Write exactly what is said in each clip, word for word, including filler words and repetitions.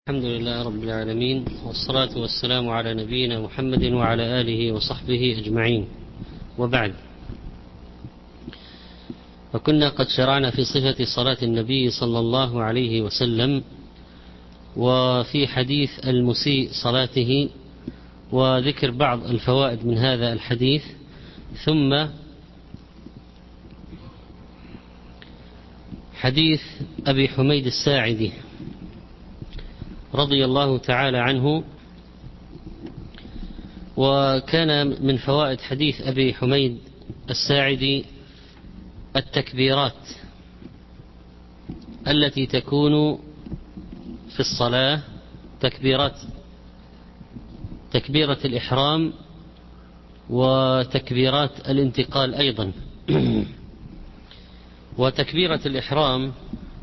الحمد لله رب العالمين، والصلاة والسلام على نبينا محمد وعلى آله وصحبه أجمعين، وبعد. فكنا قد شرعنا في صفة صلاة النبي صلى الله عليه وسلم، وفي حديث المسيء صلاته، وذكر بعض الفوائد من هذا الحديث. ثم حديث أبي حميد الساعدي رضي الله تعالى عنه. وكان من فوائد حديث أبي حميد الساعدي التكبيرات التي تكون في الصلاة، تكبيرات تكبيرة الإحرام وتكبيرات الانتقال أيضا. وتكبيرة الإحرام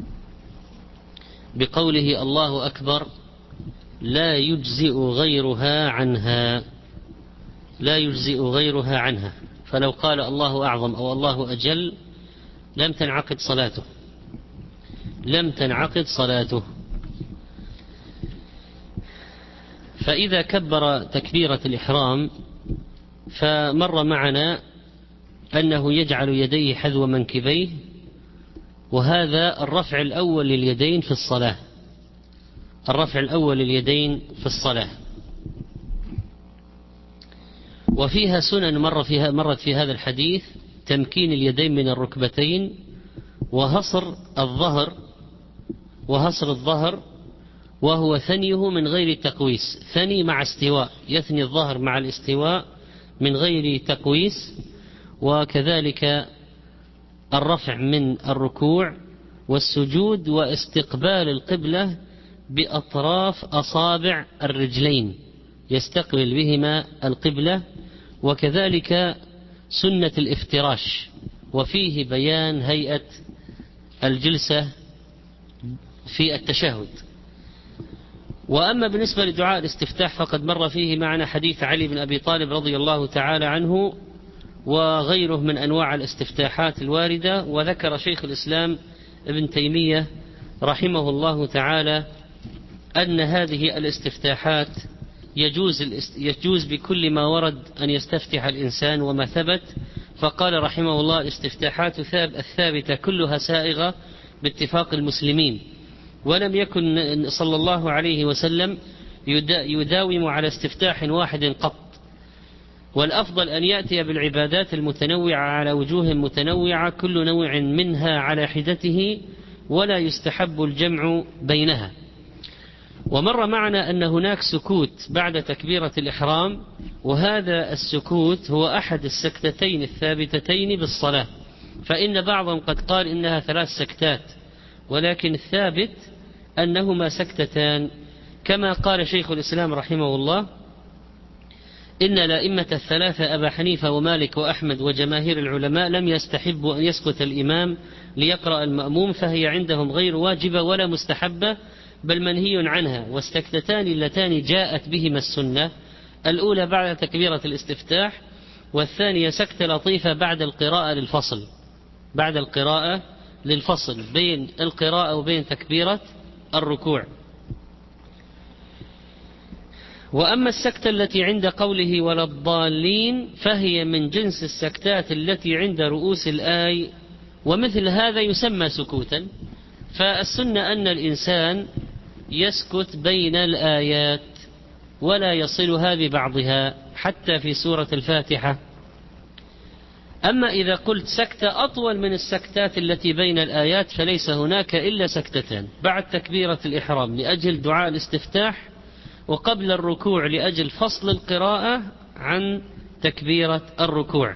بقوله الله أكبر لا يجزئ غيرها عنها، لا يجزئ غيرها عنها، فلو قال الله أعظم أو الله أجل لم تنعقد صلاته، لم تنعقد صلاته. فإذا كبر تكبيرة الإحرام فمر معنا أنه يجعل يديه حذو منكبيه، وهذا الرفع الأول لليدين في الصلاة، الرفع الأول لليدين في الصلاة. وفيها سنن مر فيها مرت في هذا الحديث: تمكين اليدين من الركبتين، وهصر الظهر، وهصر الظهر وهو ثنيه من غير تقويس، ثني مع استواء، يثني الظهر مع الاستواء من غير تقويس. وكذلك الرفع من الركوع والسجود، واستقبال القبلة بأطراف أصابع الرجلين، يستقبل بهما القبلة. وكذلك سنة الافتراش، وفيه بيان هيئة الجلسة في التشهد. وأما بالنسبة لدعاء الاستفتاح فقد مر فيه معنا حديث علي بن أبي طالب رضي الله تعالى عنه وغيره من أنواع الاستفتاحات الواردة. وذكر شيخ الإسلام ابن تيمية رحمه الله تعالى أن هذه الاستفتاحات يجوز, يجوز بكل ما ورد أن يستفتح الإنسان وما ثبت. فقال رحمه الله: الاستفتاحات الثابتة كلها سائغة باتفاق المسلمين، ولم يكن صلى الله عليه وسلم يداوم على استفتاح واحد قط. والأفضل أن يأتي بالعبادات المتنوعة على وجوه متنوعة، كل نوع منها على حدته، ولا يستحب الجمع بينها. ومر معنا أن هناك سكوت بعد تكبيرة الإحرام، وهذا السكوت هو أحد السكتتين الثابتتين بالصلاة، فإن بعضهم قد قال إنها ثلاث سكتات، ولكن الثابت أنهما سكتتان، كما قال شيخ الإسلام رحمه الله: إن الأئمة الثلاثة أبا حنيفة ومالك وأحمد وجماهير العلماء لم يستحبوا أن يسكت الإمام ليقرأ المأموم، فهي عندهم غير واجبة ولا مستحبة، بل منهي عنها. والسكتتان اللتان جاءت بهما السنة: الأولى بعد تكبيرة الاستفتاح، والثانية سكتة لطيفة بعد القراءة للفصل، بعد القراءة للفصل بين القراءة وبين تكبيرة الركوع. وأما السكتة التي عند قوله ولا الضالين فهي من جنس السكتات التي عند رؤوس الآي، ومثل هذا يسمى سكوتا. فالسنة أن الإنسان يسكت بين الآيات ولا يصلها ببعضها حتى في سورة الفاتحة. أما إذا قلت سكتة أطول من السكتات التي بين الآيات فليس هناك إلا سكتتان: بعد تكبيرة الإحرام لأجل دعاء الاستفتاح، وقبل الركوع لأجل فصل القراءة عن تكبيرة الركوع.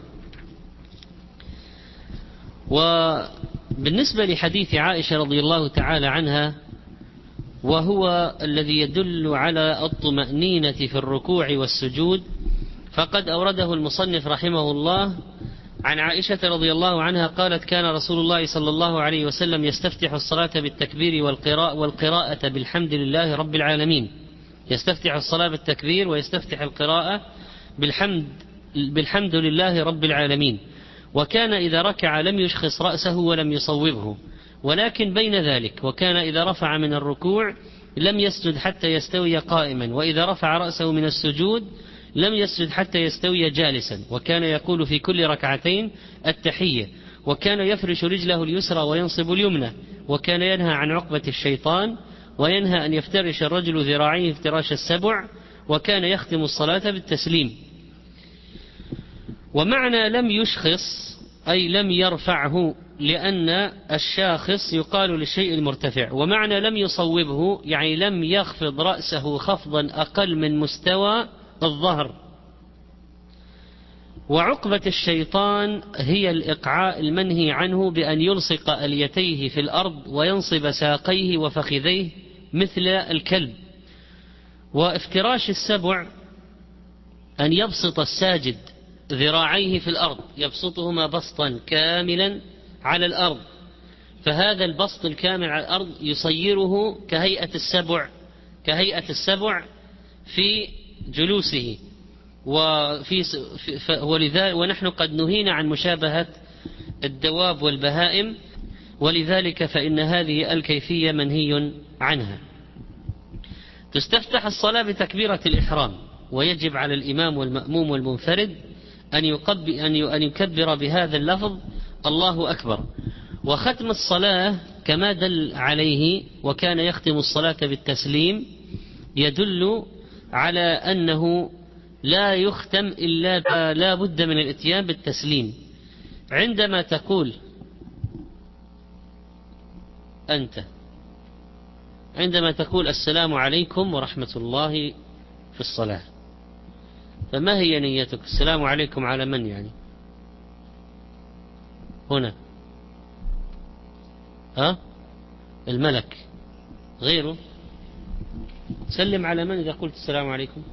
وبالنسبة لحديث عائشة رضي الله تعالى عنها، وهو الذي يدل على الطمأنينة في الركوع والسجود، فقد أورده المصنف رحمه الله عن عائشة رضي الله عنها قالت: كان رسول الله صلى الله عليه وسلم يستفتح الصلاة بالتكبير والقراءة, والقراءة بالحمد لله رب العالمين. يستفتح الصلاة بالتكبير ويستفتح القراءة بالحمد, بالحمد لله رب العالمين. وكان إذا ركع لم يشخص رأسه ولم يصوبه، ولكن بين ذلك. وكان إذا رفع من الركوع لم يسجد حتى يستوي قائما، وإذا رفع رأسه من السجود لم يسجد حتى يستوي جالسا، وكان يقول في كل ركعتين التحية، وكان يفرش رجله اليسرى وينصب اليمنى، وكان ينهى عن عقبة الشيطان، وينهى أن يفترش الرجل ذراعيه افتراش السبع، وكان يختم الصلاة بالتسليم. ومعنى لم يشخص أي لم يرفعه، لأن الشاخص يقال للشيء المرتفع، ومعنى لم يصوبه يعني لم يخفض رأسه خفضا أقل من مستوى الظهر. وعقبة الشيطان هي الإقعاء المنهي عنه بأن يلصق أليتيه في الأرض وينصب ساقيه وفخذيه مثل الكلب. وافتراش السبع أن يبسط الساجد ذراعيه في الأرض، يبسطهما بسطا كاملا على الأرض، فهذا البسط الكامل على الأرض يصيره كهيئة السبع كهيئة السبع في جلوسه، وفي ولذلك ونحن قد نهينا عن مشابهة الدواب والبهائم، ولذلك فإن هذه الكيفية منهي عنها. تستفتح الصلاة بتكبيرة الإحرام، ويجب على الإمام والمأموم والمنفرد أن يكبر بهذا اللفظ الله أكبر. وختم الصلاة كما دل عليه وكان يختم الصلاة بالتسليم يدل على أنه لا يختم إلا لا بد من الاتيان بالتسليم. عندما تقول أنت عندما تقول السلام عليكم ورحمة الله في الصلاة، فما هي نيتك؟ السلام عليكم على من يعني هنا؟ ها؟ الملك غيره؟ سلم على من إذا قلت السلام عليكم؟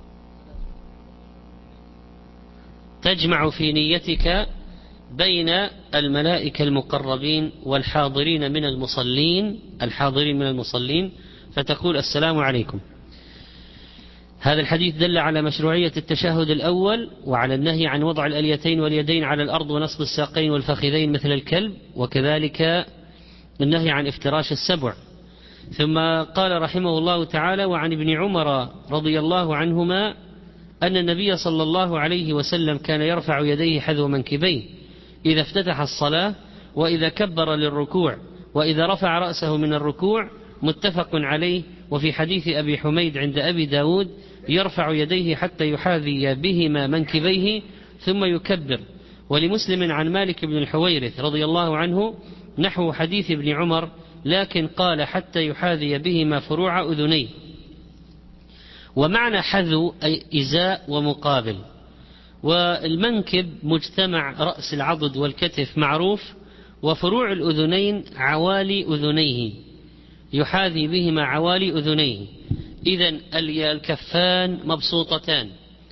تجمع في نيتك بين الملائكة المقربين والحاضرين من المصلين الحاضرين من المصلين فتقول السلام عليكم. هذا الحديث دل على مشروعية التشهد الأول، وعلى النهي عن وضع الأليتين واليدين على الأرض ونصب الساقين والفخذين مثل الكلب، وكذلك النهي عن افتراش السبع. ثم قال رحمه الله تعالى: وعن ابن عمر رضي الله عنهما أن النبي صلى الله عليه وسلم كان يرفع يديه حذو منكبيه إذا افتتح الصلاة، وإذا كبر للركوع، وإذا رفع رأسه من الركوع، متفق عليه. وفي حديث أبي حميد عند أبي داود: يرفع يديه حتى يحاذي بهما منكبيه ثم يكبر. ولمسلم عن مالك بن الحويرث رضي الله عنه نحو حديث ابن عمر، لكن قال حتى يحاذي بهما فروع أذنيه. ومعنى حذو أي إزاء ومقابل. والمنكب مجتمع رأس العضد والكتف معروف، وفروع الأذنين عوالي أذنيه، يحاذي بهما عوالي أذنيه. إذن الكفان مبسوطتان،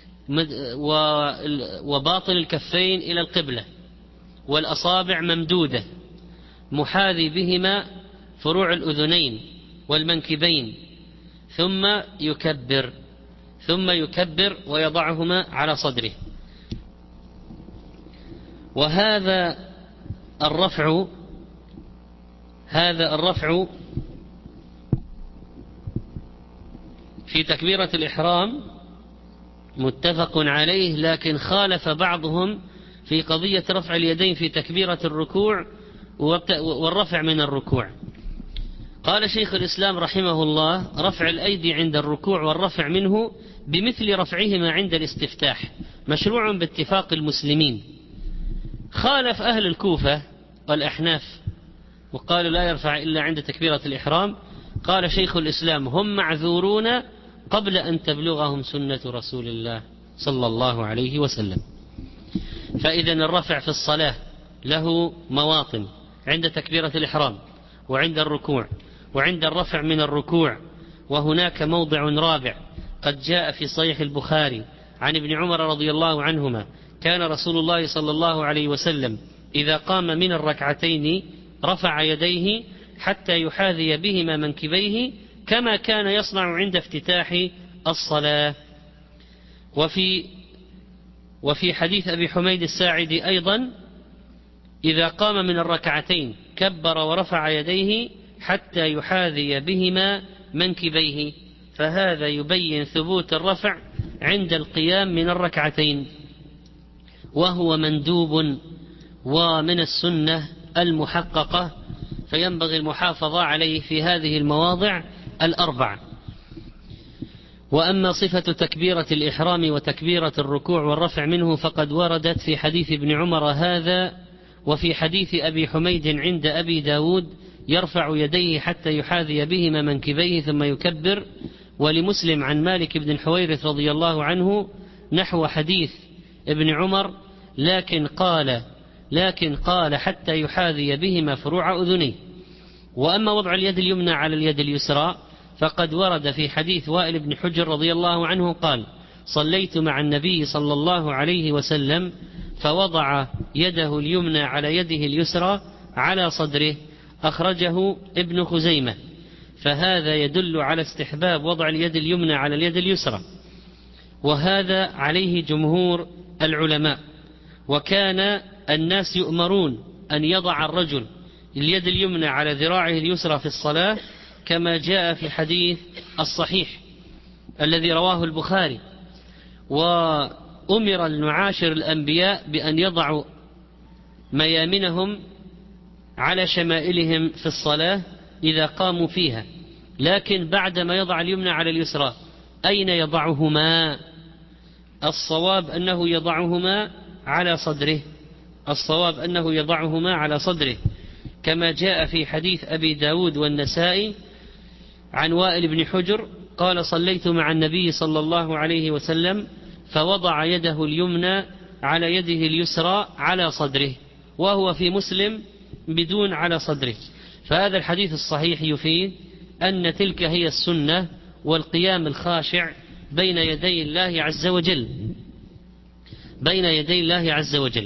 وباطن الكفين إلى القبلة، والأصابع ممدودة، محاذي بهما فروع الأذنين والمنكبين، ثم يكبر ثم يكبر ويضعهما على صدره. وهذا الرفع هذا الرفع في تكبيرة الإحرام متفق عليه، لكن خالف بعضهم في قضية رفع اليدين في تكبيرة الركوع والرفع من الركوع. قال شيخ الإسلام رحمه الله: رفع الأيدي عند الركوع والرفع منه بمثل رفعهما عند الاستفتاح مشروع باتفاق المسلمين. خالف أهل الكوفة والأحناف وقالوا لا يرفع إلا عند تكبيرة الإحرام. قال شيخ الإسلام: هم معذورون قبل أن تبلغهم سنة رسول الله صلى الله عليه وسلم. فإذا الرفع في الصلاة له مواطن: عند تكبيرة الإحرام، وعند الركوع، وعند الرفع من الركوع. وهناك موضع رابع قد جاء في صحيح البخاري عن ابن عمر رضي الله عنهما: كان رسول الله صلى الله عليه وسلم إذا قام من الركعتين رفع يديه حتى يحاذي بهما منكبيه كما كان يصنع عند افتتاح الصلاة. وفي وفي حديث أبي حميد الساعدي أيضا: إذا قام من الركعتين كبر ورفع يديه حتى يحاذي بهما منكبيه، فهذا يبين ثبوت الرفع عند القيام من الركعتين، وهو مندوب ومن السنة المحققة، فينبغي المحافظة عليه في هذه المواضع الأربع. وأما صفة تكبيرة الإحرام وتكبيرة الركوع والرفع منه فقد وردت في حديث ابن عمر هذا، وفي حديث أبي حميد عند أبي داود يرفع يديه حتى يحاذي بهما منكبيه ثم يكبر. ولمسلم عن مالك بن الحويرث رضي الله عنه نحو حديث ابن عمر، لكن قال لكن قال حتى يحاذي بهما فروع أذنيه. وأما وضع اليد اليمنى على اليد اليسرى فقد ورد في حديث وائل بن حجر رضي الله عنه قال: صليت مع النبي صلى الله عليه وسلم فوضع يده اليمنى على يده اليسرى على صدره، أخرجه ابن خزيمة. فهذا يدل على استحباب وضع اليد اليمنى على اليد اليسرى، وهذا عليه جمهور العلماء. وكان الناس يؤمرون أن يضع الرجل اليد اليمنى على ذراعه اليسرى في الصلاة، كما جاء في حديث الصحيح الذي رواه البخاري. وأمر المعاشر الأنبياء بأن يضعوا ميامنهم على شمائلهم في الصلاة إذا قاموا فيها، لكن بعدما يضع اليمنى على اليسرى أين يضعهما؟ الصواب أنه يضعهما على صدره الصواب أنه يضعهما على صدره كما جاء في حديث أبي داود والنسائي عن وائل بن حجر قال: صليت مع النبي صلى الله عليه وسلم فوضع يده اليمنى على يده اليسرى على صدره، وهو في مسلم بدون على صدره. فهذا الحديث الصحيح يفيد أن تلك هي السنة والقيام الخاشع بين يدي الله عز وجل بين يدي الله عز وجل.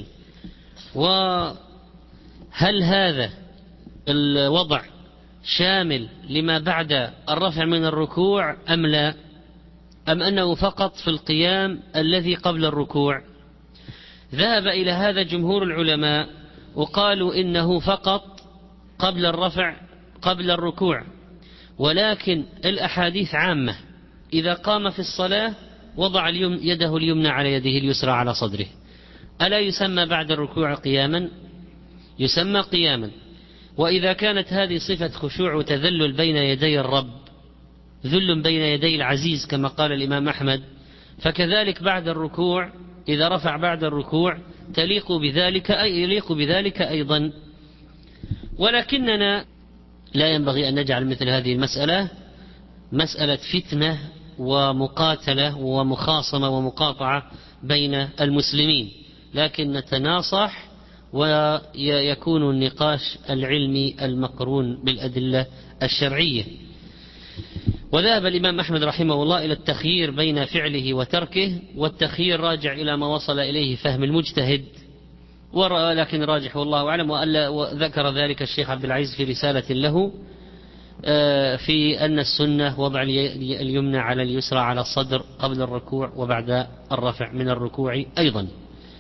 وهل هذا الوضع شامل لما بعد الرفع من الركوع أم لا، أم أنه فقط في القيام الذي قبل الركوع؟ ذهب إلى هذا جمهور العلماء وقالوا إنه فقط قبل الرفع قبل الركوع، ولكن الأحاديث عامة. إذا قام في الصلاة وضع اليم يده اليمنى على يده اليسرى على صدره، ألا يسمى بعد الركوع قياما؟ يسمى قياما. وإذا كانت هذه صفة خشوع وتذلل بين يدي الرب، ذل بين يدي العزيز كما قال الإمام أحمد، فكذلك بعد الركوع إذا رفع بعد الركوع تليق بذلك أي يليق بذلك أيضا. ولكننا لا ينبغي أن نجعل مثل هذه المسألة مسألة فتنة ومقاتلة ومخاصمة ومقاطعة بين المسلمين، لكن نتناصح ويكون النقاش العلمي المقرون بالأدلة الشرعية. وذهب الإمام أحمد رحمه الله إلى التخيير بين فعله وتركه، والتخيير راجع إلى ما وصل إليه فهم المجتهد، ولكن راجح والله أعلم. وذكر ذلك الشيخ عبد العزيز في رسالة له في أن السنة وضع اليمنى على اليسرى على الصدر قبل الركوع وبعد الرفع من الركوع أيضا.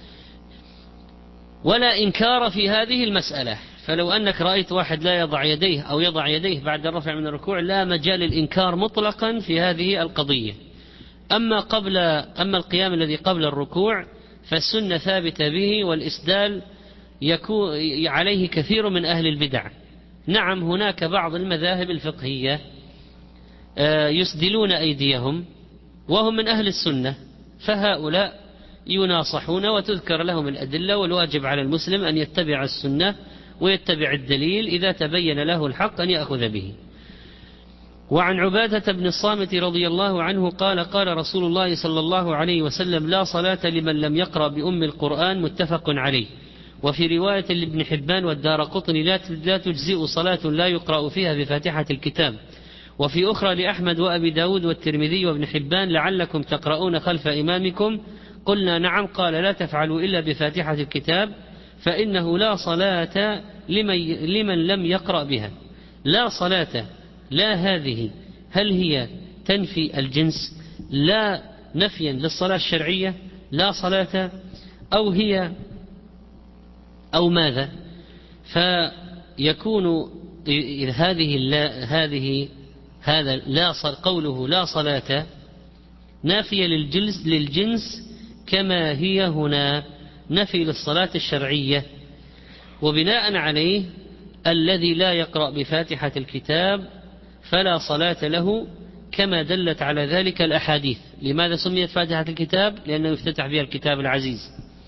ولا إنكار في هذه المسألة، فلو أنك رأيت واحد لا يضع يديه أو يضع يديه بعد الرفع من الركوع لا مجال الإنكار مطلقا في هذه القضية. أما قبل أما القيام الذي قبل الركوع فالسنة ثابتة به، والإسدال يكون عليه كثير من أهل البدع. نعم هناك بعض المذاهب الفقهية يسدلون أيديهم وهم من أهل السنة، فهؤلاء يناصحون وتذكر لهم الأدلة، والواجب على المسلم أن يتبع السنة ويتبع الدليل، إذا تبين له الحق أن يأخذ به. وعن عبادة بن الصامت رضي الله عنه قال: قال رسول الله صلى الله عليه وسلم: لا صلاة لمن لم يقرأ بأم القرآن، متفق عليه. وفي رواية لابن حبان والدارقطني: لا تجزئ صلاة لا يقرأ فيها بفاتحة الكتاب. وفي أخرى لأحمد وأبي داود والترمذي وابن حبان: لعلكم تقرؤون خلف إمامكم. قلنا: نعم. قال: لا تفعلوا إلا بفاتحة الكتاب، فإنه لا صلاة لمن, لمن لم يقرأ بها. لا صلاة، لا هذه هل هي تنفي الجنس؟ لا نفيا للصلاة الشرعية لا صلاة، أو هي أو ماذا؟ فيكون هذه هذه هذا لا قوله لا صلاة نافية للجنس, للجنس كما هي هنا نفي للصلاة الشرعية. وبناء عليه الذي لا يقرأ بفاتحة الكتاب فلا صلاة له، كما دلت على ذلك الأحاديث. لماذا سميت فاتحة الكتاب؟ لأنه يفتتح بها الكتاب العزيز،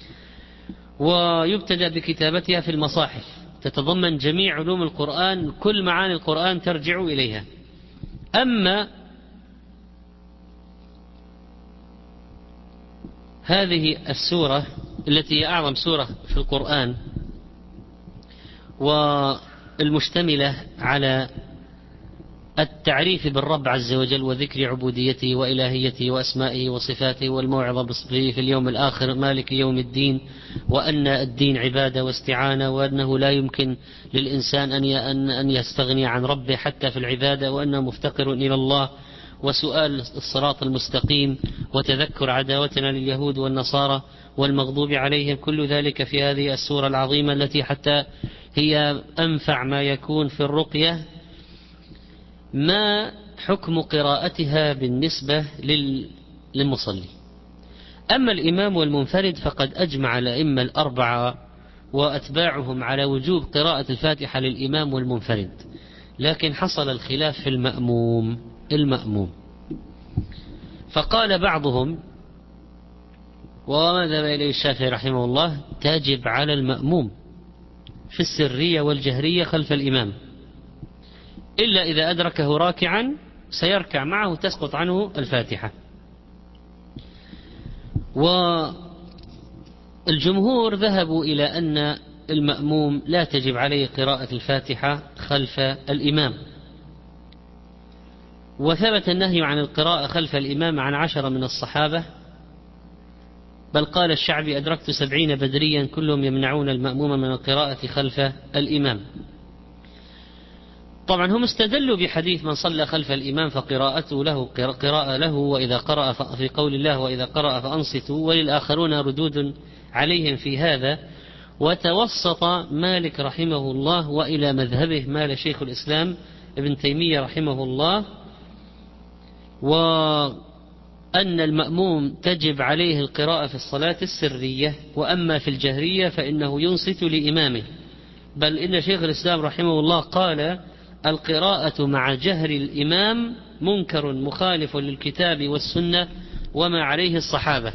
ويبتدأ بكتابتها في المصاحف، تتضمن جميع علوم القرآن، كل معاني القرآن ترجع إليها. أما هذه السورة التي هي أعظم سورة في القرآن والمشتملة على التعريف بالرب عز وجل وذكر عبوديته وإلهيته وأسمائه وصفاته والموعظة بصفه في اليوم الآخر مالك يوم الدين، وأن الدين عبادة واستعانة، وأنه لا يمكن للإنسان أن يستغني عن ربه حتى في العبادة، وأنه مفتقر إلى الله، وسؤال الصراط المستقيم، وتذكر عداوتنا لليهود والنصارى والمغضوب عليهم. كل ذلك في هذه السورة العظيمة التي حتى هي أنفع ما يكون في الرقية. ما حكم قراءتها بالنسبة للمصلي؟ أما الإمام والمنفرد فقد أجمع الأئمة الأربعة وأتباعهم على وجوب قراءة الفاتحة للإمام والمنفرد، لكن حصل الخلاف في المأموم المأموم فقال بعضهم، وما ذهب إليه الشافعي رحمه الله، تجب على المأموم في السرية والجهرية خلف الإمام، إلا إذا أدركه راكعا سيركع معه تسقط عنه الفاتحة. والجمهور ذهبوا إلى أن المأموم لا تجب عليه قراءة الفاتحة خلف الإمام، وثبت النهي عن القراءة خلف الإمام عن عشرة من الصحابة، بل قال الشعبي أدركت سبعين بدريا كلهم يمنعون المأموم من القراءة خلف الإمام. طبعا هم استدلوا بحديث من صلى خلف الإمام فقراءته له قراءة له، وإذا قرأ في قول الله وإذا قرأ فأنصتوا، وللآخرون ردود عليهم في هذا. وتوسط مالك رحمه الله وإلى مذهبه مال شيخ الإسلام ابن تيمية رحمه الله، وأن المأموم تجب عليه القراءة في الصلاة السرية، وأما في الجهرية فإنه ينصت لإمامه. بل إن شيخ الإسلام رحمه الله قال القراءة مع جهر الإمام منكر مخالف للكتاب والسنة وما عليه الصحابة.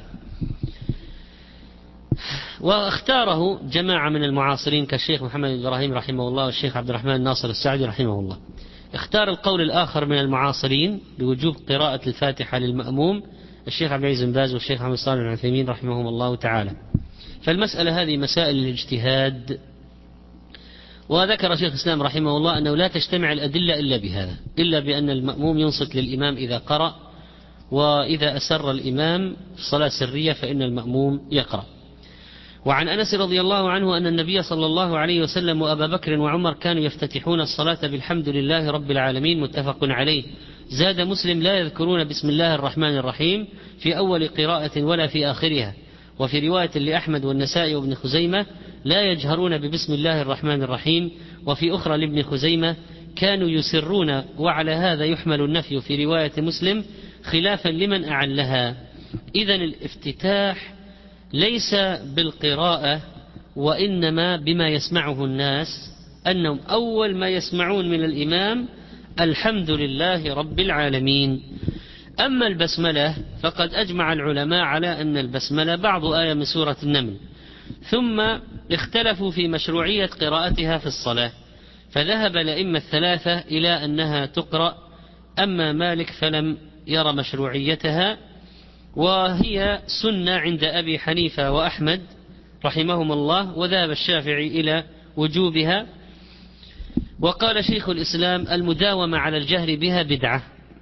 واختاره جماعة من المعاصرين كالشيخ محمد إبراهيم رحمه الله والشيخ عبد الرحمن الناصر السعدي رحمه الله. اختار القول الآخر من المعاصرين بوجوب قراءة الفاتحة للمأموم الشيخ عبد العزيز بن باز والشيخ محمد صالح العثيمين رحمهم الله تعالى. فالمسألة هذه مسائل الاجتهاد. وذكر شيخ الإسلام رحمه الله أنه لا تجتمع الأدلة إلا بهذا، إلا بأن المأموم ينصت للإمام إذا قرأ، وإذا أسر الإمام في الصلاة السرية فإن المأموم يقرأ. وعن أنس رضي الله عنه أن النبي صلى الله عليه وسلم وأبا بكر وعمر كانوا يفتتحون الصلاة بالحمد لله رب العالمين، متفق عليه. زاد مسلم لا يذكرون بسم الله الرحمن الرحيم في أول قراءة ولا في آخرها. وفي رواية لأحمد والنسائي وابن خزيمة لا يجهرون ببسم الله الرحمن الرحيم. وفي أخرى لابن خزيمة كانوا يسرون. وعلى هذا يحمل النفي في رواية مسلم خلافا لمن أعلها. إذن الافتتاح ليس بالقراءة، وإنما بما يسمعه الناس، أنهم أول ما يسمعون من الإمام الحمد لله رب العالمين. أما البسملة فقد أجمع العلماء على أن البسملة بعض آية من سورة النمل، ثم اختلفوا في مشروعية قراءتها في الصلاة، فذهب الأئمة الثلاثة إلى أنها تقرأ، أما مالك فلم ير مشروعيتها، وهي سنة عند أبي حنيفة وأحمد رحمهم الله، وذهب الشافعي إلى وجوبها. وقال شيخ الإسلام المداومة على الجهر بها بدعة.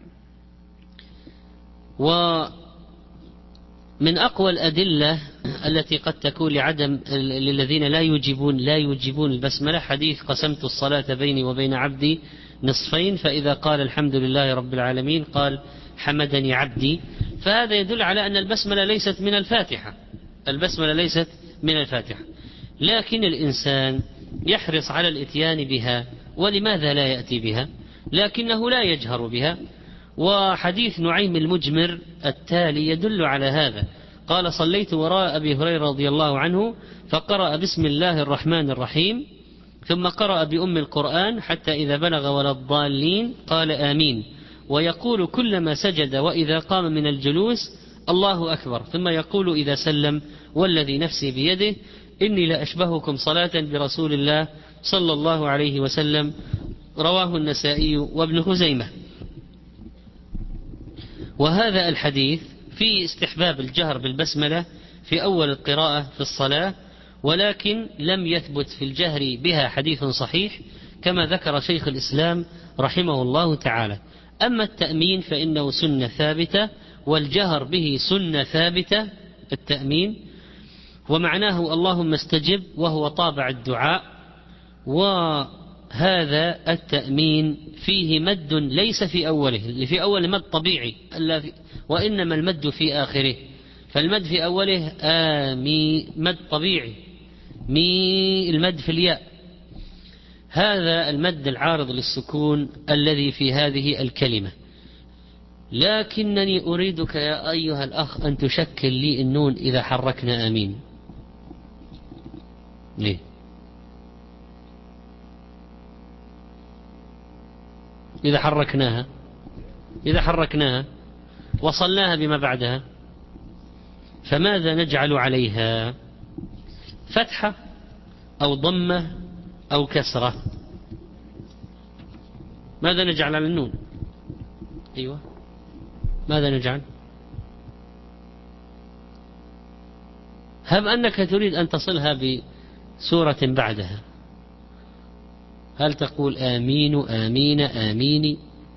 ومن أقوى الأدلة التي قد تكون لعدم للذين لا يجيبون لا يجيبون البسملة حديث قسمت الصلاة بيني وبين عبدي نصفين، فإذا قال الحمد لله رب العالمين قال حمدني عبدي. فهذا يدل على أن البسملة ليست من الفاتحة، البسملة ليست من الفاتحة، لكن الإنسان يحرص على الإتيان بها. ولماذا لا يأتي بها؟ لكنه لا يجهر بها. وحديث نعيم المجمر التالي يدل على هذا. قال: صليت وراء أبي هريرة رضي الله عنه فقرأ بسم الله الرحمن الرحيم ثم قرأ بأم القرآن حتى إذا بلغ ولا الضالين قال آمين، ويقول كلما سجد وإذا قام من الجلوس الله أكبر، ثم يقول إذا سلم والذي نفسي بيده إني لأشبهكم صلاة برسول الله صلى الله عليه وسلم. رواه النسائي وابن خزيمة. وهذا الحديث في استحباب الجهر بالبسملة في أول القراءة في الصلاة، ولكن لم يثبت في الجهر بها حديث صحيح كما ذكر شيخ الإسلام رحمه الله تعالى. أما التأمين فإنه سنة ثابتة، والجهر به سنة ثابتة التأمين، ومعناه اللهم استجب، وهو طابع الدعاء. وهذا التأمين فيه مد ليس في أوله، اللي في أوله مد طبيعي، وإنما المد في آخره. فالمد في أوله آمي مد طبيعي، مي المد في الياء، هذا المد العارض للسكون الذي في هذه الكلمة. لكنني أريدك يا أيها الأخ أن تشكل لي النون إذا حركنا آمين. ليه؟ إذا حركناها إذا حركناها وصلناها بما بعدها فماذا نجعل عليها؟ فتحة أو ضمة أو كسرة؟ ماذا نجعل على النون؟ أيوة، ماذا نجعل؟ هب أنك تريد أن تصلها بسورة بعدها، هل تقول آمين آمين آميني؟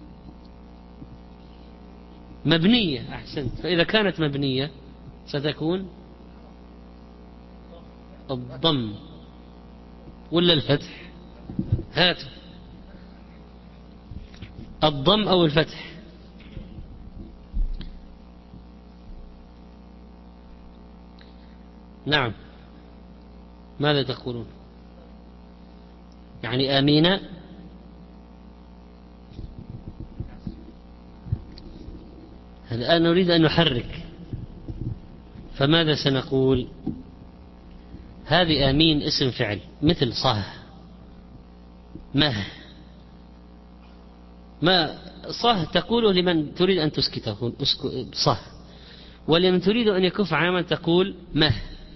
مبنية، أحسنت. فإذا كانت مبنية ستكون الضم ولا الفتح؟ هات الضم أو الفتح. نعم، ماذا تقولون؟ يعني آمين. الآن نريد أن نحرك، فماذا سنقول؟ هذه آمين اسم فعل مثل صه مه ما صه تقوله لمن تريد أن تسكته صه، ولمن تريد أن يكف عاما تقول مه.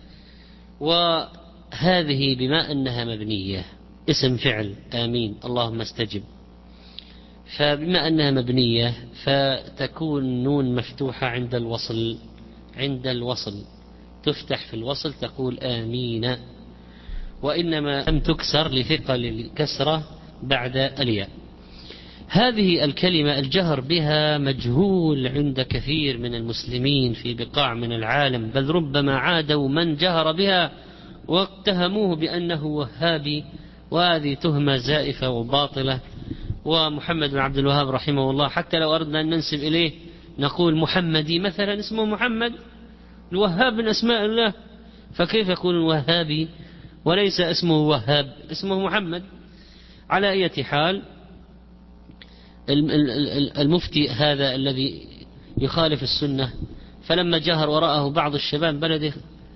وهذه بما أنها مبنية اسم فعل آمين اللهم استجب، فبما أنها مبنية فتكون نون مفتوحة عند الوصل عند الوصل تفتح في الوصل تقول آمين، وإنما لم تكسر لثقل الكسرة بعد الياء. هذه الكلمة الجهر بها مجهول عند كثير من المسلمين في بقاع من العالم، بل ربما عادوا من جهر بها واتهموه بأنه وهابي، وهذه تهمة زائفة وباطلة. ومحمد بن عبد الوهاب رحمه الله حتى لو أردنا أن ننسب إليه نقول محمدي مثلا، اسمه محمد، الوهاب من أسماء الله، فكيف يكون الوهابي وليس اسمه وهاب، اسمه محمد؟ على أي حال المفتي هذا الذي يخالف السنة فلما جهر وراءه بعض الشباب بلده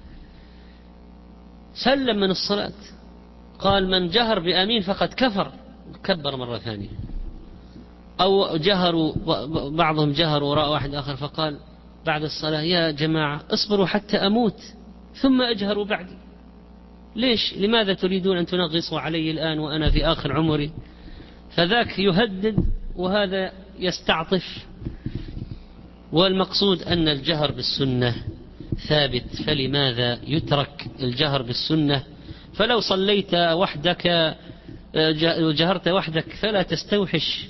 سلم من الصلاة، قال من جهر بآمين فقد كفر، كبر مرة ثانية. أو جهروا بعضهم جهر وراء واحد آخر فقال بعد الصلاة يا جماعة اصبروا حتى أموت ثم أجهروا بعدي. ليش؟ لماذا تريدون أن تنغصوا علي الآن وأنا في آخر عمري؟ فذاك يهدد وهذا يستعطف. والمقصود أن الجهر بالسنة ثابت، فلماذا يترك الجهر بالسنة؟ فلو صليت وحدك وجهرت وحدك فلا تستوحش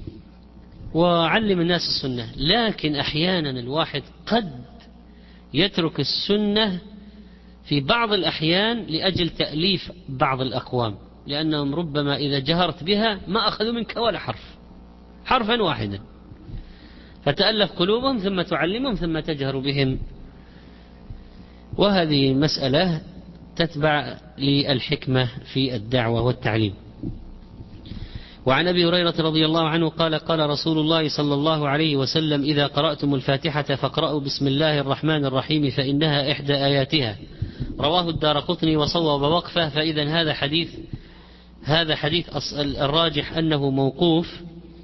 وعلم الناس السنة. لكن أحيانا الواحد قد يترك السنة في بعض الأحيان لأجل تأليف بعض الأقوام، لأنهم ربما إذا جهرت بها ما أخذوا منك ولا حرف، حرفا واحدا، فتألف قلوبهم ثم تعلمهم ثم تجهر بهم. وهذه مسألة تتبع للحكمة في الدعوة والتعليم. وعن أبي هريرة رضي الله عنه قال قال رسول الله صلى الله عليه وسلم إذا قرأتم الفاتحة فاقرأوا بسم الله الرحمن الرحيم فإنها إحدى آياتها. رواه الدارقطني وصوب وقفه. فإذا هذا حديث هذا حديث الراجح أنه موقوف،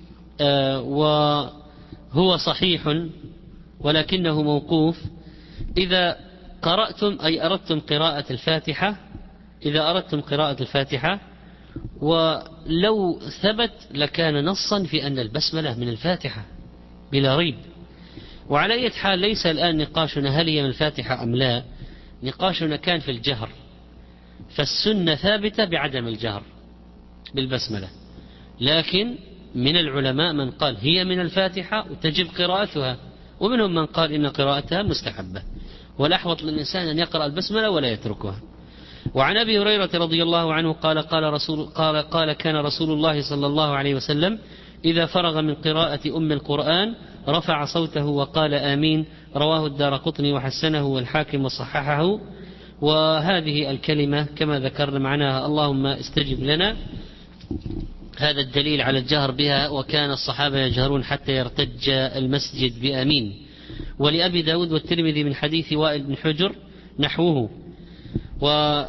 وهو صحيح ولكنه موقوف. إذا قرأتم أي أردتم قراءة الفاتحة إذا أردتم قراءة الفاتحة ولو ثبت لكان نصا في أن البسملة من الفاتحة بلا ريب. وعلى أي حال ليس الآن نقاشنا هل هي من الفاتحة أم لا، نقاشنا كان في الجهر، فالسنة ثابتة بعدم الجهر بالبسملة، لكن من العلماء من قال هي من الفاتحة وتجب قراءتها، ومنهم من قال إن قراءتها مستحبة، والأحوط للإنسان أن يقرأ البسملة ولا يتركها. وعن أبي هريرة رضي الله عنه قال قال رسول قال قال كان رسول الله صلى الله عليه وسلم إذا فرغ من قراءة أم القرآن رفع صوته وقال آمين. رواه الدارقطني وحسنه والحاكم وصححه. وهذه الكلمة كما ذكرنا معناها اللهم استجب لنا، هذا الدليل على الجهر بها، وكان الصحابة يجهرون حتى يرتج المسجد بآمين. ولأبي داود والترمذي من حديث وائل بن حجر نحوه. وذهب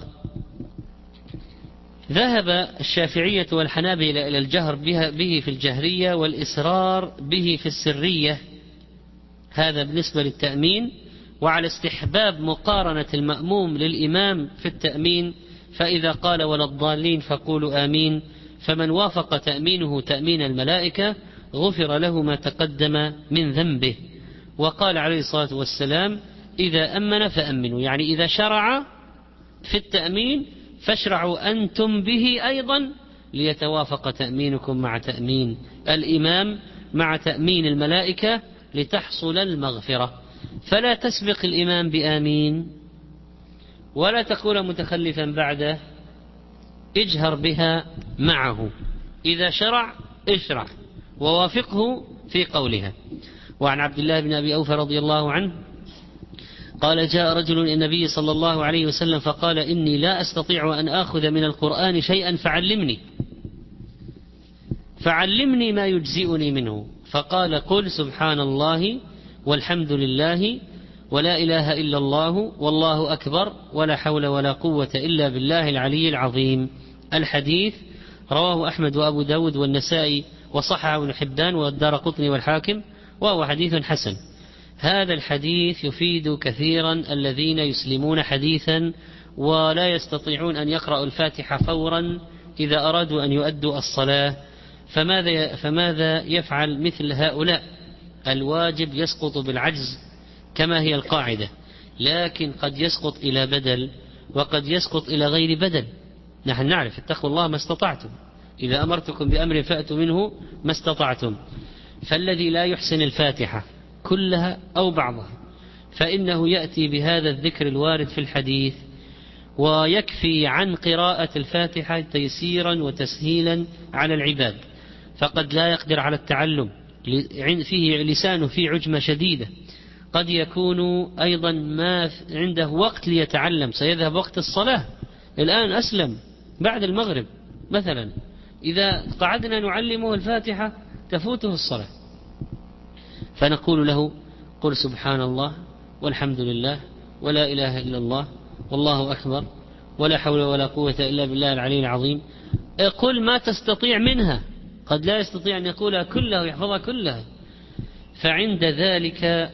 الشافعية والحنابلة إلى الجهر به في الجهرية والإسرار به في السرية، هذا بالنسبة للتأمين. وعلى استحباب مقارنة المأموم للإمام في التأمين، فإذا قال ولا الضالين فقولوا آمين، فمن وافق تأمينه تأمين الملائكة غفر له ما تقدم من ذنبه. وقال عليه الصلاة والسلام إذا أمن فأمنوا، يعني إذا شرع في التأمين فاشرعوا أنتم به أيضا ليتوافق تأمينكم مع تأمين الإمام مع تأمين الملائكة لتحصل المغفرة. فلا تسبق الإمام بآمين ولا تكون متخلفا بعده، اجهر بها معه، إذا شرع اشرع ووافقه في قولها. وعن عبد الله بن أبي أوفى رضي الله عنه قال جاء رجل إلى النبي صلى الله عليه وسلم فقال إني لا أستطيع أن آخذ من القرآن شيئا فعلمني فعلمني ما يجزئني منه. فقال قل سبحان الله والحمد لله ولا إله إلا الله والله أكبر ولا حول ولا قوة إلا بالله العلي العظيم. الحديث رواه أحمد وأبو داود والنسائي وصححه ابن حبان والدارقطني والحاكم، وهو حديث حسن. هذا الحديث يفيد كثيرا الذين يسلمون حديثا ولا يستطيعون أن يقرأوا الفاتحة فورا إذا أرادوا أن يؤدوا الصلاة، فماذا, فماذا يفعل مثل هؤلاء؟ الواجب يسقط بالعجز كما هي القاعدة، لكن قد يسقط إلى بدل وقد يسقط إلى غير بدل. نحن نعرف اتقوا الله ما استطعتم، إذا أمرتكم بأمر فأتوا منه ما استطعتم. فالذي لا يحسن الفاتحة كلها أو بعضها فإنه يأتي بهذا الذكر الوارد في الحديث، ويكفي عن قراءة الفاتحة تيسيرا وتسهيلا على العباد، فقد لا يقدر على التعلم، فيه لسانه فيه عجمة شديدة، قد يكون أيضا ما عنده وقت ليتعلم، سيذهب وقت الصلاة الآن أسلم بعد المغرب مثلا، إذا قعدنا نعلمه الفاتحة تفوته الصلاة، فنقول له قل سبحان الله والحمد لله ولا إله إلا الله والله أكبر ولا حول ولا قوة إلا بالله العلي العظيم. قل ما تستطيع منها، قد لا يستطيع أن يقولها كلها ويحفظها كلها، فعند ذلك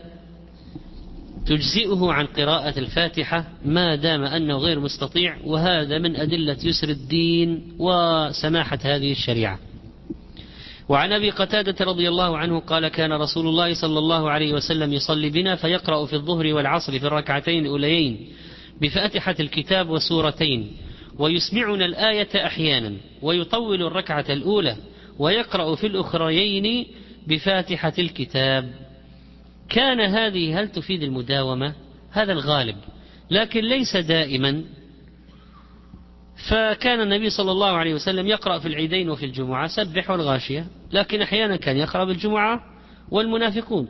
تجزئه عن قراءة الفاتحة ما دام أنه غير مستطيع، وهذا من أدلة يسر الدين وسماحة هذه الشريعة. وعن أبي قتادة رضي الله عنه قال كان رسول الله صلى الله عليه وسلم يصلي بنا فيقرأ في الظهر والعصر في الركعتين الأوليين بفاتحة الكتاب وسورتين، ويسمعنا الآية أحيانا، ويطول الركعة الأولى ويقرأ في الأخريين بفاتحة الكتاب. كان هذه هل تفيد المداومة؟ هذا الغالب، لكن ليس دائما. فكان النبي صلى الله عليه وسلم يقرأ في العيدين وفي الجمعة سبح والغاشية، لكن أحيانا كان يقرأ بالجمعة والمنافقون.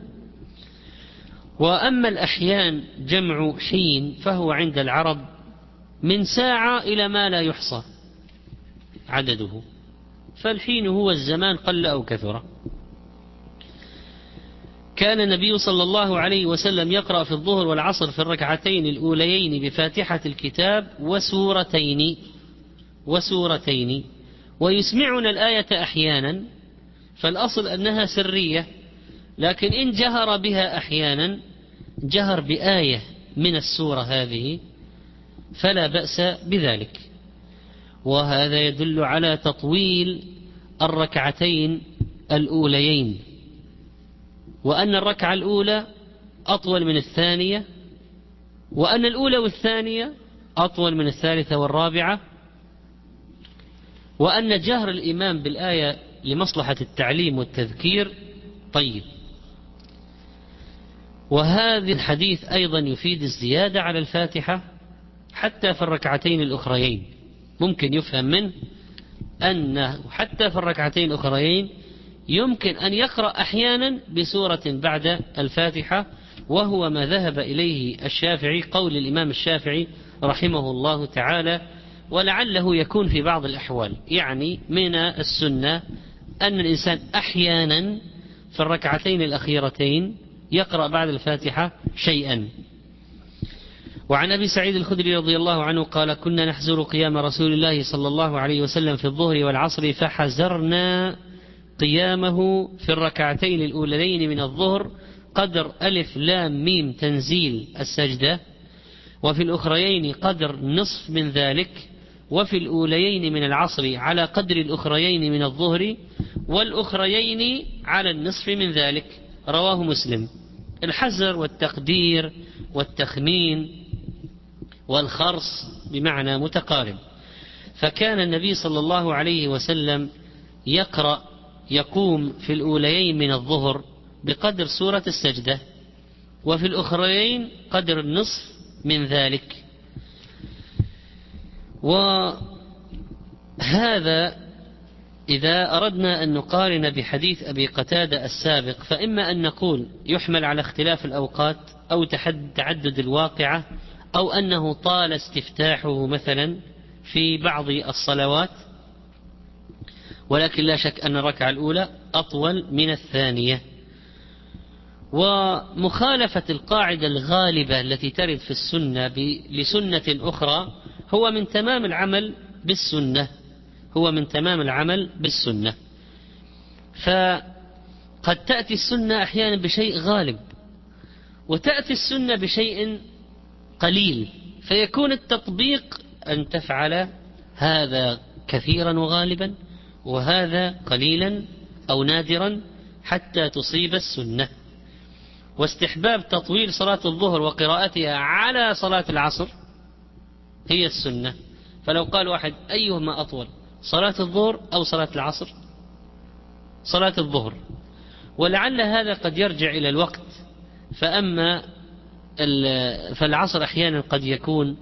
وأما الأحيان جمع حين فهو عند العرب من ساعة إلى ما لا يحصى عدده، فالحين هو الزمان قل أو كثر. كان النبي صلى الله عليه وسلم يقرأ في الظهر والعصر في الركعتين الأوليين بفاتحة الكتاب وسورتين وسورتين ويسمعنا الآية أحيانا، فالأصل أنها سرية، لكن إن جهر بها أحيانا جهر بآية من السورة هذه فلا بأس بذلك. وهذا يدل على تطويل الركعتين الأوليين، وأن الركعة الأولى أطول من الثانية، وأن الأولى والثانية أطول من الثالثة والرابعة، وأن جهر الإمام بالآية لمصلحة التعليم والتذكير طيب. وهذا الحديث أيضا يفيد الزيادة على الفاتحة حتى في الركعتين الأخريين، ممكن يفهم منه أنه حتى في الركعتين الأخريين يمكن أن يقرأ أحيانا بسورة بعد الفاتحة، وهو ما ذهب إليه الشافعي، قول الإمام الشافعي رحمه الله تعالى، ولعله يكون في بعض الأحوال. يعني من السنة أن الإنسان أحيانا في الركعتين الأخيرتين يقرأ بعد الفاتحة شيئا. وعن أبي سعيد الخدري رضي الله عنه قال: كنا نحزر قيام رسول الله صلى الله عليه وسلم في الظهر والعصر، فحزرنا قيامه في الركعتين الأولين من الظهر قدر ألف لام ميم تنزيل السجدة، وفي الأخريين قدر نصف من ذلك، وفي الأوليين من العصر على قدر الأخريين من الظهر، والأخريين على النصف من ذلك. رواه مسلم. الحزر والتقدير والتخمين والخرص بمعنى متقارب. فكان النبي صلى الله عليه وسلم يقرأ يقوم في الأوليين من الظهر بقدر سورة السجدة، وفي الأخرين قدر النصف من ذلك. وهذا إذا أردنا أن نقارن بحديث أبي قتادة السابق، فإما أن نقول يحمل على اختلاف الأوقات أو تعدد الواقعة، أو أنه طال استفتاحه مثلا في بعض الصلوات، ولكن لا شك أن الركعة الأولى أطول من الثانية. ومخالفة القاعدة الغالبة التي ترد في السنة لسنة أخرى هو من تمام العمل بالسنة هو من تمام العمل بالسنة. فقد تأتي السنة أحيانا بشيء غالب، وتأتي السنة بشيء قليل، فيكون التطبيق أن تفعل هذا كثيرا وغالبا وهذا قليلا أو نادرا حتى تصيب السنة. واستحباب تطويل صلاة الظهر وقراءتها على صلاة العصر هي السنة. فلو قال واحد أيهما أطول، صلاة الظهر أو صلاة العصر؟ صلاة الظهر. ولعل هذا قد يرجع إلى الوقت، فأما فالعصر أحيانا قد يكون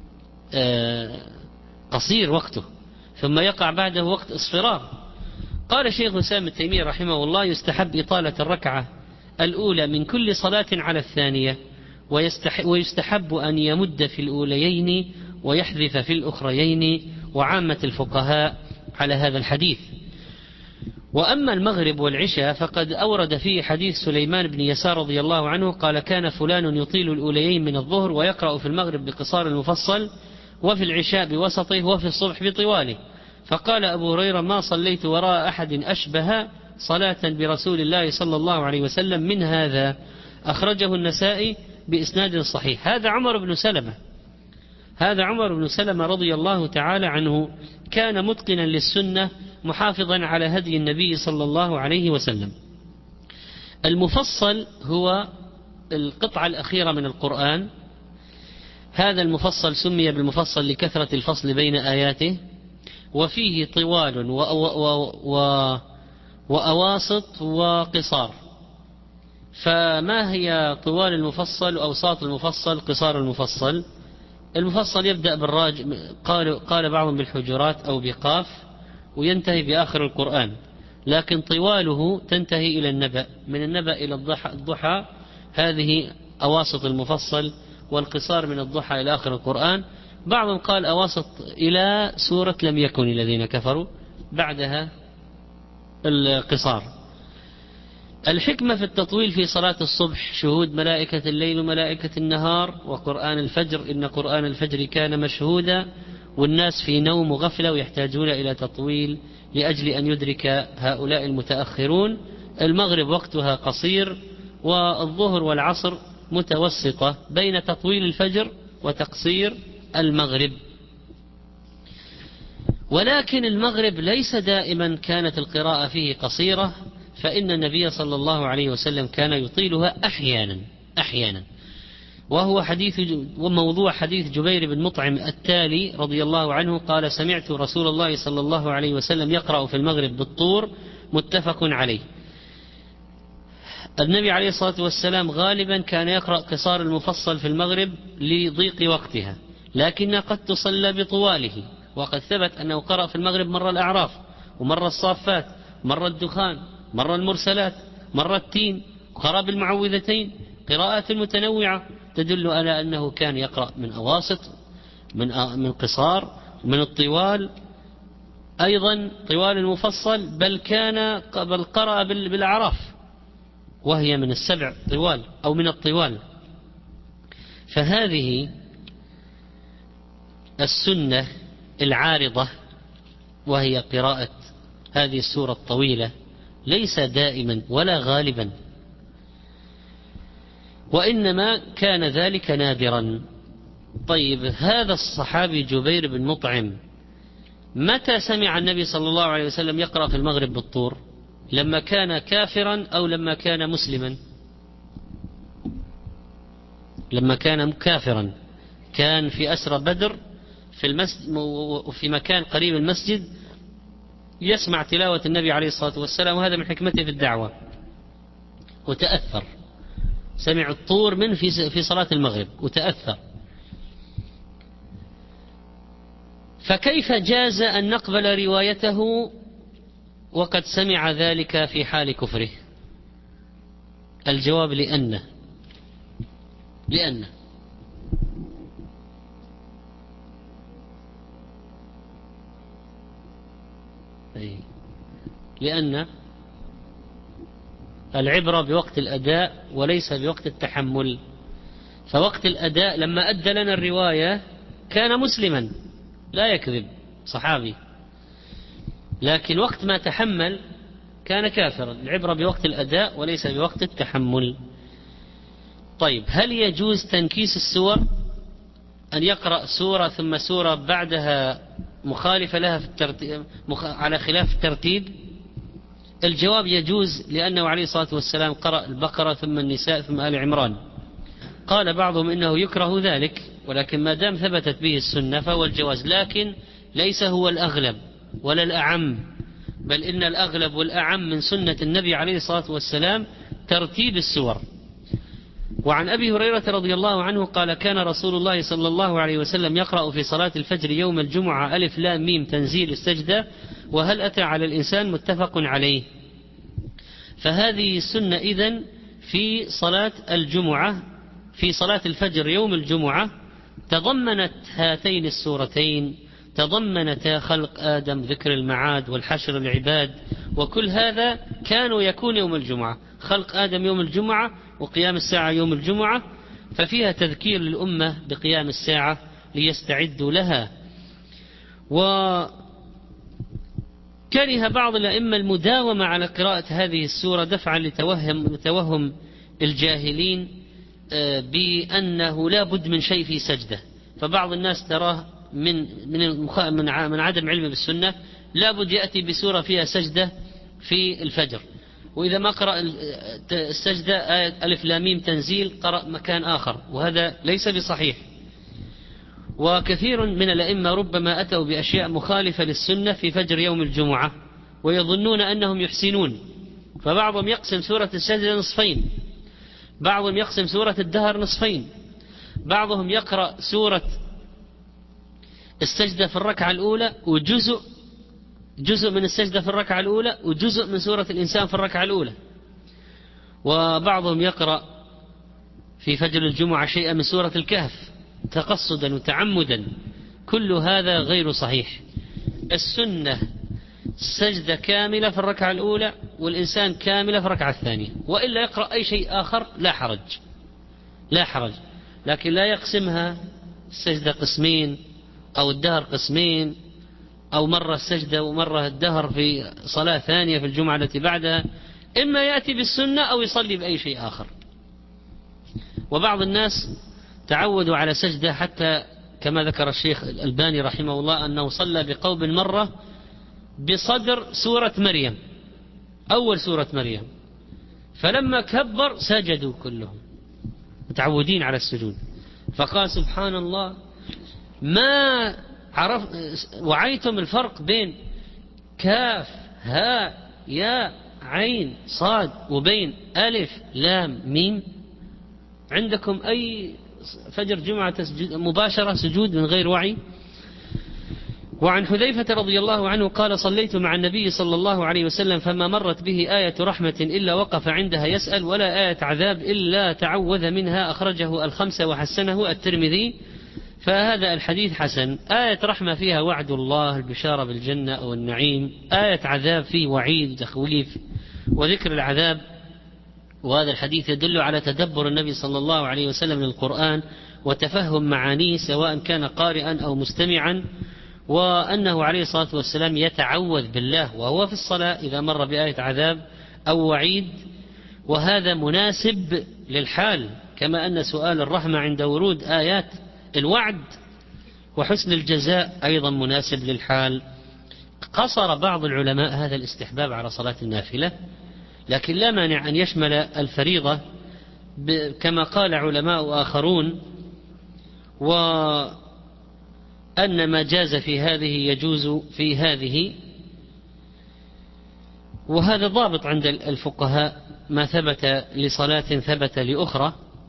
قصير وقته ثم يقع بعده وقت اصفرار. قال شيخ الإسلام ابن تيمية رحمه الله: يستحب إطالة الركعة الأولى من كل صلاة على الثانية، ويستحب أن يمد في الأوليين ويحذف في الأخريين، وعامة الفقهاء على هذا الحديث. وأما المغرب والعشاء فقد أورد فيه حديث سليمان بن يسار رضي الله عنه قال: كان فلان يطيل الأوليين من الظهر ويقرأ في المغرب بقصار المفصل، وفي العشاء بوسطه، وفي الصبح بطواله. فقال أبو هريرة: ما صليت وراء أحد أشبه صلاة برسول الله صلى الله عليه وسلم من هذا. أخرجه النسائي بإسناد صحيح. هذا عمر بن سلمة هذا عمر بن سلمة رضي الله تعالى عنه، كان متقنا للسنة محافظا على هدي النبي صلى الله عليه وسلم. المفصل هو القطعة الأخيرة من القرآن. هذا المفصل سمي بالمفصل لكثرة الفصل بين آياته، وفيه طوال وأواسط وقصار. فما هي طوال المفصل وأوساط المفصل قصار المفصل؟ المفصل يبدأ بالراج قال, قال بعضهم بالحجرات أو بقاف وينتهي بآخر القرآن، لكن طواله تنتهي إلى النبأ، من النبأ إلى الضحى, الضحى هذه أواسط المفصل، والقصار من الضحى إلى آخر القرآن. بعضهم قال أواسط إلى سورة لم يكن الذين كفروا، بعدها القصار. الحكمة في التطويل في صلاة الصبح شهود ملائكة الليل وملائكة النهار، وقرآن الفجر إن قرآن الفجر كان مشهودا، والناس في نوم وغفلة ويحتاجون إلى تطويل لأجل أن يدرك هؤلاء المتأخرون. المغرب وقتها قصير، والظهر والعصر متوسطة بين تطويل الفجر وتقصير المغرب. ولكن المغرب ليس دائما كانت القراءة فيه قصيرة، فإن النبي صلى الله عليه وسلم كان يطيلها أحيانا أحيانا وهو حديث وموضوع حديث جبير بن مطعم التالي رضي الله عنه قال: سمعت رسول الله صلى الله عليه وسلم يقرأ في المغرب بالطور، متفق عليه. النبي عليه الصلاة والسلام غالبا كان يقرأ قصار المفصل في المغرب لضيق وقتها، لكن قد تصلى بطواله، وقد ثبت أنه قرأ في المغرب مرة الأعراف، ومرة الصافات، مرة الدخان، مرة المرسلات، مرة التين، قرأ بالمعوذتين، قراءات متنوعة تدل على أنه كان يقرأ من أواسط، من من قصار، من الطوال، أيضا طوال المفصل، بل كان بل قرأ بالأعراف وهي من السبع طوال أو من الطوال. فهذه السنة العارضة وهي قراءة هذه السورة الطويلة ليس دائما ولا غالبا، وإنما كان ذلك نادرا. طيب، هذا الصحابي جبير بن مطعم متى سمع النبي صلى الله عليه وسلم يقرأ في المغرب بالطور؟ لما كان كافرا أو لما كان مسلما؟ لما كان كافرا، كان في أسرى بدر في المسجد وفي مكان قريب المسجد يسمع تلاوة النبي عليه الصلاة والسلام، وهذا من حكمته في الدعوة، وتأثر، سمع الطور من في في صلاة المغرب وتأثر. فكيف جاز أن نقبل روايته وقد سمع ذلك في حال كفره؟ الجواب: لأنه لأنه لأن العبرة بوقت الأداء وليس بوقت التحمل. فوقت الأداء لما أدى لنا الرواية كان مسلما لا يكذب، صحابي، لكن وقت ما تحمل كان كافرا. العبرة بوقت الأداء وليس بوقت التحمل. طيب، هل يجوز تنكيس السور؟ أن يقرأ سورة ثم سورة بعدها مخالفة لها في الترتيب، على خلاف الترتيب؟ الجواب: يجوز، لأنه عليه الصلاة والسلام قرأ البقرة ثم النساء ثم آل عمران. قال بعضهم إنه يكره ذلك، ولكن ما دام ثبتت به السنة فهو الجواز، لكن ليس هو الأغلب ولا الأعم، بل إن الأغلب والأعم من سنة النبي عليه الصلاة والسلام ترتيب السور. وعن أبي هريرة رضي الله عنه قال: كان رسول الله صلى الله عليه وسلم يقرأ في صلاة الفجر يوم الجمعة ألف لام ميم تنزيل السجدة وهل أتى على الإنسان، متفق عليه. فهذه السنة إذن في صلاة الجمعة، في صلاة الفجر يوم الجمعة، تضمنت هاتين السورتين، تضمنتا خلق آدم، ذكر المعاد، والحشر العباد، وكل هذا كانوا يكون يوم الجمعة، خلق آدم يوم الجمعة وقيام الساعة يوم الجمعة، ففيها تذكير للأمة بقيام الساعة ليستعدوا لها. وكره بعض الأئمة المداومة على قراءة هذه السورة دفعا لتوهم لتوهم الجاهلين بأنه لا بد من شيء في سجدة. فبعض الناس تراه من من من عدم علم بالسنة لا بد يأتي بسورة فيها سجدة في الفجر، وإذا ما قرأ السجدة آية ألف لام ميم تنزيل قرأ مكان آخر، وهذا ليس بصحيح. وكثير من الأئمة ربما أتوا بأشياء مخالفة للسنة في فجر يوم الجمعة ويظنون أنهم يحسنون، فبعضهم يقسم سورة السجدة نصفين، بعضهم يقسم سورة الدهر نصفين، بعضهم يقرأ سورة السجدة في الركعة الأولى وجزء جزء من السجدة في الركعة الأولى وجزء من سورة الإنسان في الركعة الأولى، وبعضهم يقرأ في فجر الجمعة شيئا من سورة الكهف تقصدا وتعمدا. كل هذا غير صحيح. السنة سجدة كاملة في الركعة الأولى والإنسان كاملة في الركعة الثانية، وإلا يقرأ أي شيء آخر لا حرج لا حرج لكن لا يقسمها السجدة قسمين أو الدهر قسمين، أو مرة السجدة ومرة الدهر في صلاة ثانية في الجمعة التي بعدها. إما يأتي بالسنة أو يصلي بأي شيء آخر. وبعض الناس تعودوا على سجدة، حتى كما ذكر الشيخ الألباني رحمه الله أنه صلى بقوم مرة بصدر سورة مريم، أول سورة مريم، فلما كبر سجدوا كلهم متعودين على السجود، فقال سبحان الله ما عرف وعيتم الفرق بين كاف هاء ياء عين صاد وبين ألف لام ميم؟ عندكم أي فجر جمعة مباشرة سجود من غير وعي؟ وعن حذيفة رضي الله عنه قال صليت مع النبي صلى الله عليه وسلم فما مرت به آية رحمة إلا وقف عندها يسأل، ولا آية عذاب إلا تعوذ منها، أخرجه الخمسة وحسنه الترمذي. فهذا الحديث حسن. آية رحمة فيها وعد الله البشارة بالجنة أو النعيم، آية عذاب فيه وعيد وتخويف وذكر العذاب. وهذا الحديث يدل على تدبر النبي صلى الله عليه وسلم للقرآن وتفهم معانيه سواء كان قارئا أو مستمعا، وأنه عليه الصلاة والسلام يتعوذ بالله وهو في الصلاة إذا مر بآية عذاب أو وعيد، وهذا مناسب للحال، كما أن سؤال الرحمة عند ورود آيات الوعد وحسن الجزاء أيضا مناسب للحال. قصر بعض العلماء هذا الاستحباب على صلاة النافلة، لكن لا مانع أن يشمل الفريضة كما قال علماء آخرون، وأن ما جاز في هذه يجوز في هذه، وهذا ضابط عند الفقهاء، ما ثبت لصلاة ثبت لأخرى.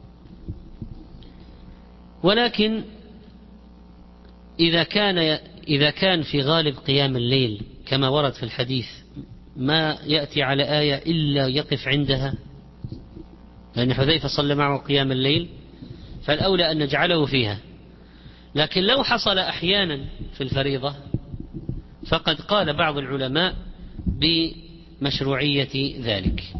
ولكن إذا كان إذا كان في غالب قيام الليل كما ورد في الحديث ما يأتي على آية إلا يقف عندها، لأن حذيفة صلى معه قيام الليل، فالأولى أن نجعله فيها. لكن لو حصل أحيانا في الفريضة فقد قال بعض العلماء بمشروعية ذلك.